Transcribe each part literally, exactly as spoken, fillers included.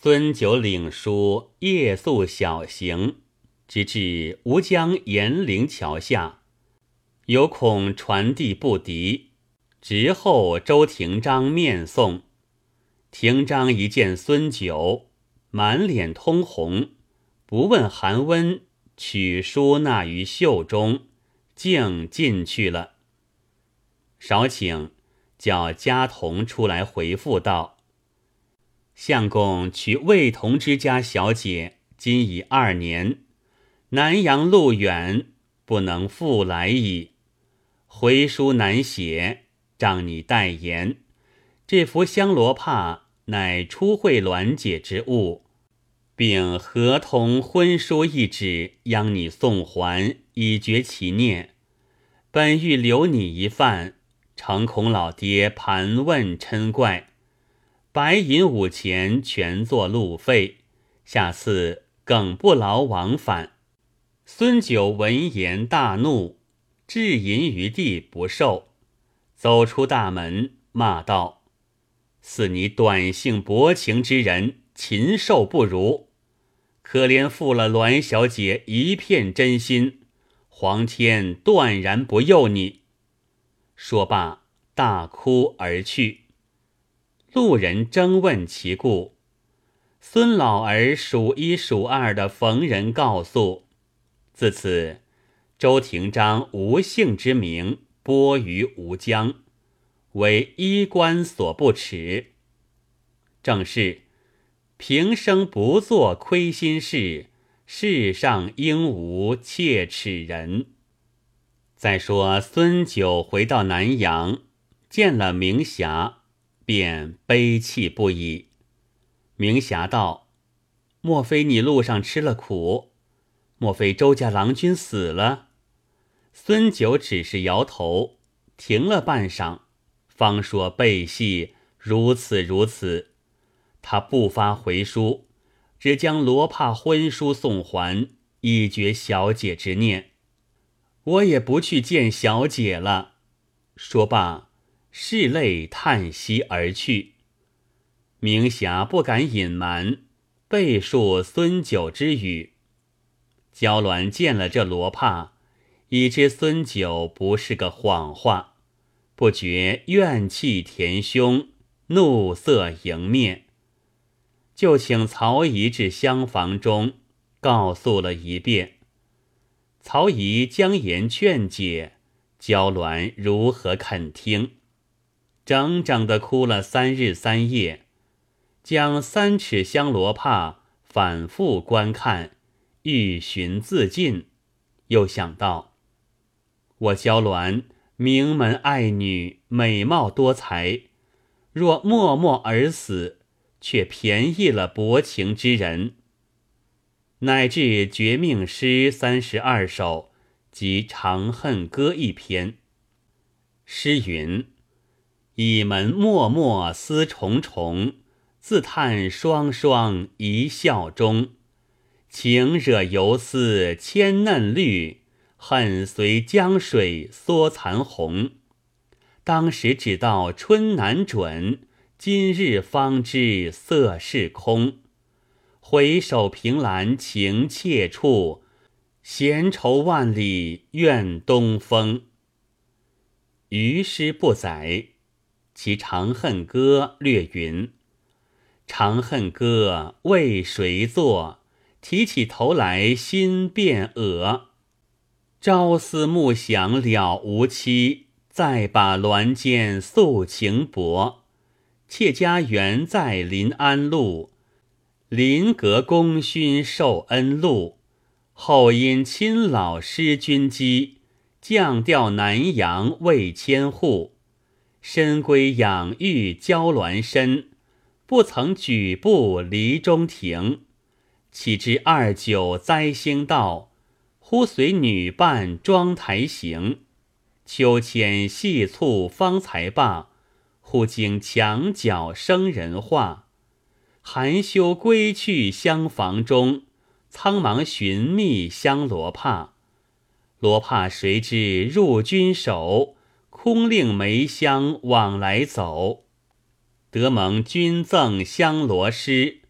孙九领书，夜宿小行，直至吴江延陵桥下，有恐传递不敌，直后周廷章面送。廷章一见孙九，满脸通红，不问寒温，取书纳于袖中，径进去了。少顷，叫家童出来回复道：相公娶魏同之家小姐，今已二年，南阳路远，不能复来矣。回书难写，仗你代言。这幅香罗帕乃初会鸾姐之物，并合同婚书一纸，央你送还，以绝其念。本欲留你一饭，诚恐老爹盘问嗔怪，白银五钱全作路费，下次更不劳往返。孙九闻言大怒，掷银于地不受，走出大门，骂道：似你短性薄情之人，禽兽不如！可怜负了栾小姐一片真心，皇天断然不佑你。说罢，大哭而去。路人争问其故，孙老儿数一数二的逢人告诉。自此，周廷章无姓之名播于吴江，为衣冠所不齿。正是平生不做亏心事，世上应无切齿人。再说孙九回到南阳，见了明霞，便悲泣不已。明霞道：莫非你路上吃了苦？莫非周家郎君死了？孙九只是摇头，停了半晌，方说背戏如此如此。他不发回书，只将罗帕婚书送还，以绝小姐之念。我也不去见小姐了。说罢，拭泪叹息而去。明霞不敢隐瞒，背述孙九之语。娇鸾见了这罗帕，已知孙九不是个谎话，不觉怨气填胸，怒色迎面，就请曹姨至厢房中，告诉了一遍。曹姨将言劝解，娇鸾如何肯听？整整的哭了三日三夜，将三尺香罗帕反复观看，欲寻自尽。又想到，我娇鸾名门爱女，美貌多才，若默默而死，却便宜了薄情之人。乃至绝命诗三十二首及长恨歌一篇。诗云：倚门默默思重重，自叹双双一笑中。情惹游丝千嫩绿，恨随江水缩残红。当时只道春难准，今日方知色是空。回首凭栏情切处，闲愁万里怨东风。余诗不载，其长恨歌略云：长恨歌为谁作？提起头来心变恶。朝思暮想了无期，再把鸾间诉情薄。妾家原在临安路，临阁功勋受恩禄。后因亲老失军机，降调南阳为千户。深闺养育娇鸾身，不曾举步离中庭。岂知二九灾星到，忽随女伴妆台行。秋千细蹙方才罢，忽经墙角生人话。含羞归去厢房中，苍忙寻觅香罗帕。罗帕谁知入君手，空令梅香往来走。得蒙君赠香罗诗，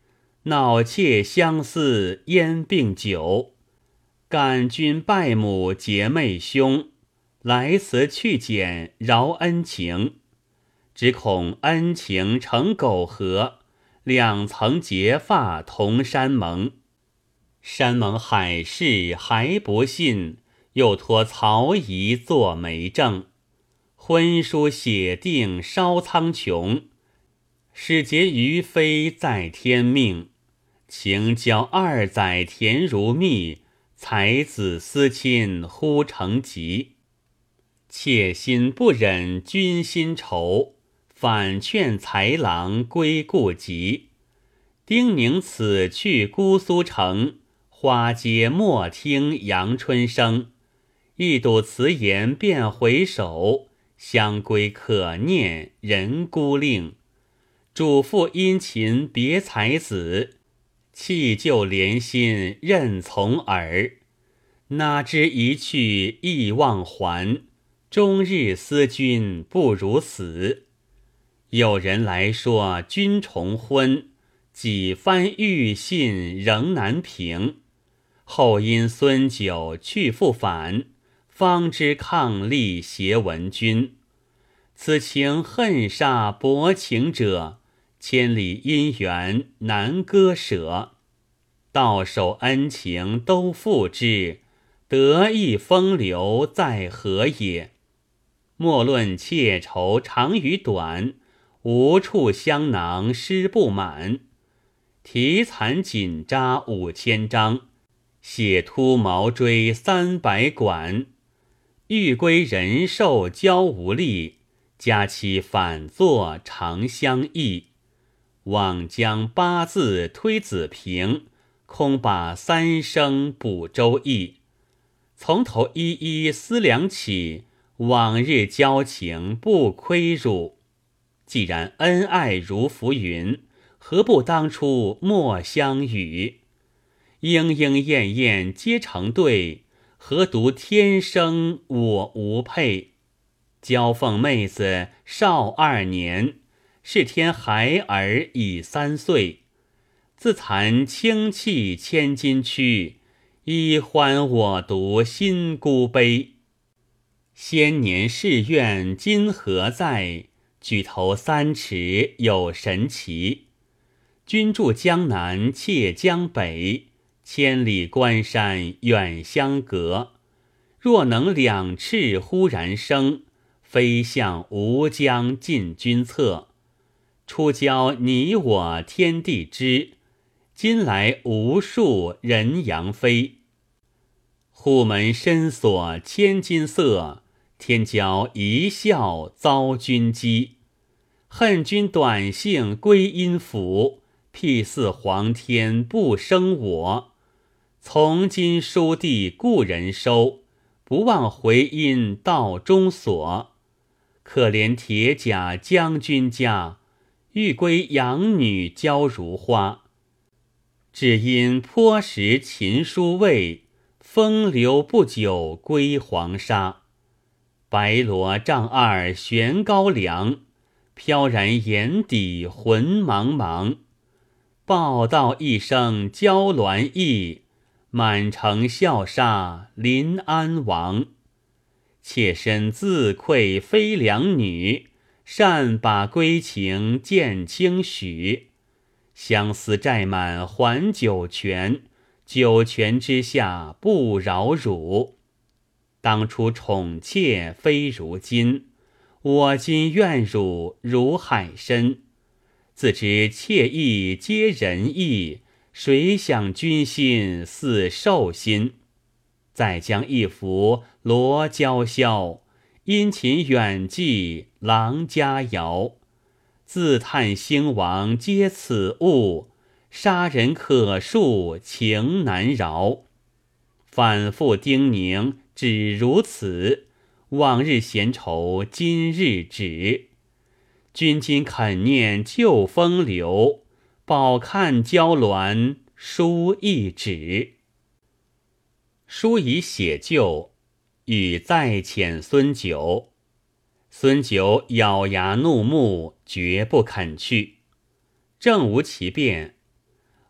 恼妾相思烟并酒。感君拜母结妹兄，来辞去简饶恩情。只恐恩情成苟合，两层结发同山盟。山盟海誓还不信，又托曹仪作媒证。婚书写定烧苍穹，始结于非在天命。情交二载甜如蜜，才子思亲忽成疾。妾心不忍君心愁，反劝才郎归故籍。丁宁此去姑苏城，花街莫听阳春声。一睹辞言便回首，相归可念人孤令。主父殷勤别才子，弃旧怜心任从耳。哪知一去亦忘还，终日思君不如死。有人来说君重婚，几番欲信仍难平。后因孙九去复返，方知伉俪携文君。此情恨煞薄情者，千里姻缘难割舍。到手恩情都付之，得意风流在何也？莫论妾愁长与短，无处香囊施不满。题残锦扎五千张，写秃毛锥三百管。欲归人寿交无力，佳期反作长相忆。枉将八字推子平，空把三生补周易。从头一一思量起，往日交情不亏辱。既然恩爱如浮云，何不当初莫相与？莺莺燕燕皆成对，何独天生我无配？娇凤妹子少二年，是天孩儿已三岁。自惭清气千金躯，一欢我独心孤悲。先年誓愿今何在？举头三尺有神奇。君住江南妾江北，千里关山远相隔。若能两翅忽然生，飞向吴江进君侧。初交你我天地知，今来无数人杨飞。户门深锁千金色，天骄一笑遭君讥。恨君短信归阴府，辟似皇天不生我。从今书地故人收，不忘回音道中所。可怜铁甲将军家，欲归养女娇如花。只因颇识秦书味，风流不久归黄沙。白罗丈二悬高粱，飘然眼底魂茫茫。报道一声娇鸾意，满城笑杀临安王。妾身自愧非良女，善把归情见轻许。相思债满还九泉，九泉之下不饶辱。当初宠妾非如今，我今怨辱如海深。自知妾意皆人意，谁想君心似兽心。再将一幅罗娇绡，殷勤远寄郎佳瑶。自叹兴亡皆此物，杀人可恕情难饶。反复叮咛只如此，往日闲愁今日止。君今肯念旧风流，饱看娇鸾书一纸。书已写就，欲再遣孙九。孙九咬牙怒目，绝不肯去。正无其变，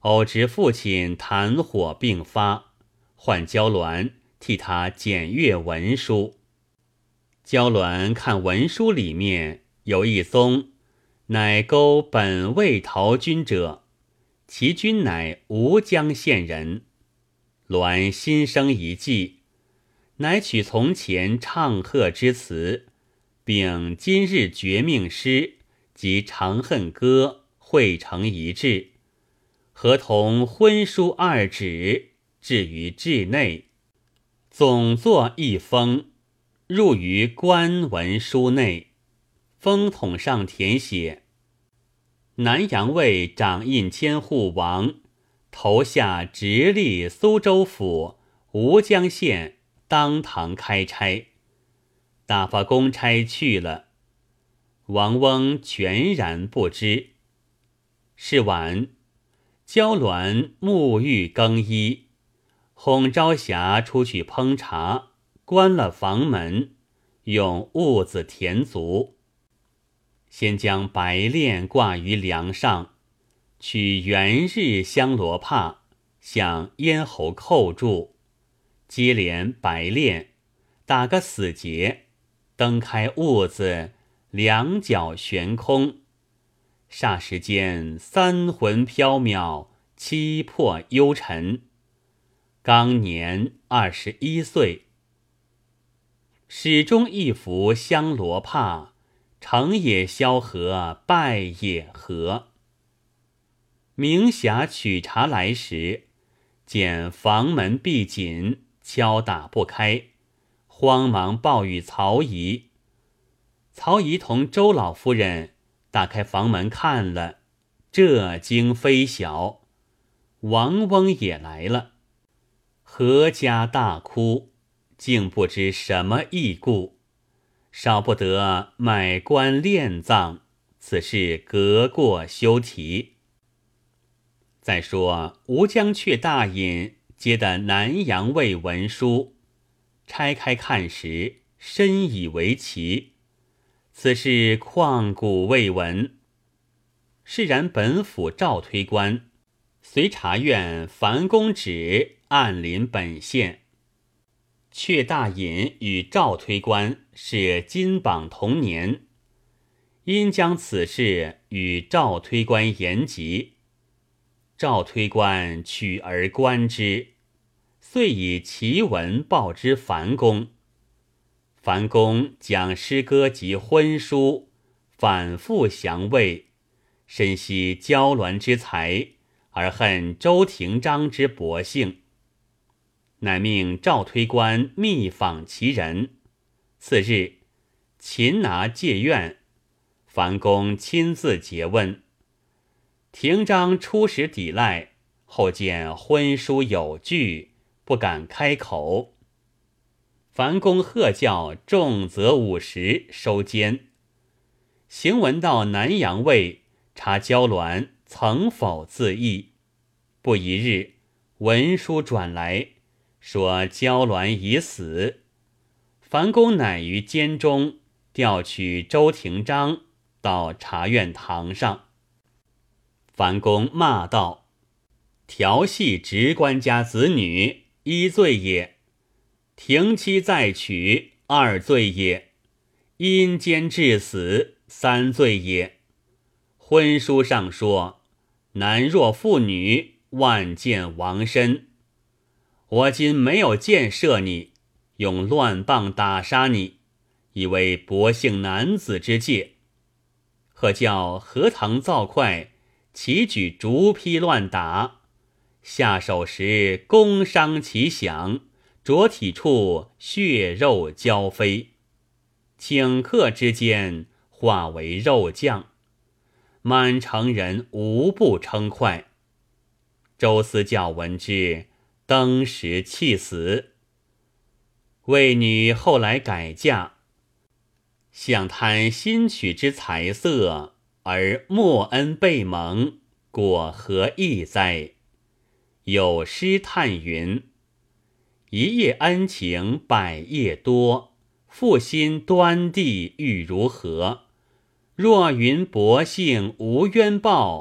偶知父亲痰火并发，唤焦鸾替他检阅文书。焦鸾看文书里面有一宗，乃勾本魏陶君者，其君乃吴江县人。鸾心生一计，乃取从前唱和之词，并今日绝命诗及长恨歌汇成一志，合同婚书二纸，置于志内，总作一封，入于官文书内。封筒上填写：南阳卫掌印千户王投下直隶苏州府吴江县当堂开差，打发公差去了。王翁全然不知。是晚，焦鸾沐浴更衣，哄朝霞出去烹茶，关了房门，用痦子填足。先将白链挂于梁上，取元日香罗帕向咽喉扣住，接连白链，打个死结，蹬开痦子，两脚悬空。霎时间三魂飘渺，七魄幽沉。刚年二十一岁，始终一幅香罗帕，成也萧何，败也和。明霞取茶来时，见房门闭紧，敲打不开，慌忙报与曹姨。曹姨同周老夫人打开房门看了，这惊非小。王翁也来了，阖家大哭，竟不知什么异故，少不得买棺殓葬，此事革过休提。再说吴江阙大尹接的南阳卫文书，拆开看时，深以为奇。此事旷古未闻。是然本府赵推官随察院樊公旨按临本县，阙大尹与赵推官是金榜同年，因将此事与赵推官言及。赵推官取而观之，遂以奇文报之樊公。樊公将诗歌及婚书反复详谓，深悉焦鸾之才，而恨周廷章之薄幸，乃命赵推官密访其人。次日，擒拿戒院，樊公亲自诘问。廷章初时抵赖，后见婚书有据，不敢开口。樊公喝叫重责五十，收监。行文到南阳卫，查焦鸾曾否自缢。不一日，文书转来，说焦鸾已死。樊公乃于监中调取周廷章到察院堂上。樊公骂道：调戏直官家子女，一罪也；停妻再娶，二罪也；阴间致死，三罪也。婚书上说，男若妇女，万箭亡身。我今没有箭射你，用乱棒打杀你，以为薄幸男子之戒。何叫荷塘造块，齐举竹劈乱打，下手时弓伤其响，着体处血肉交飞，顷刻之间化为肉酱，满城人无不称快。周司教闻之，登时气死。魏女后来改嫁，想贪新娶之财色，而莫恩被蒙，果何益哉？有诗叹云：一夜恩情百夜多，负心端地欲如何？若云薄幸无冤报，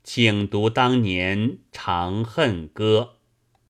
请读当年《长恨歌》。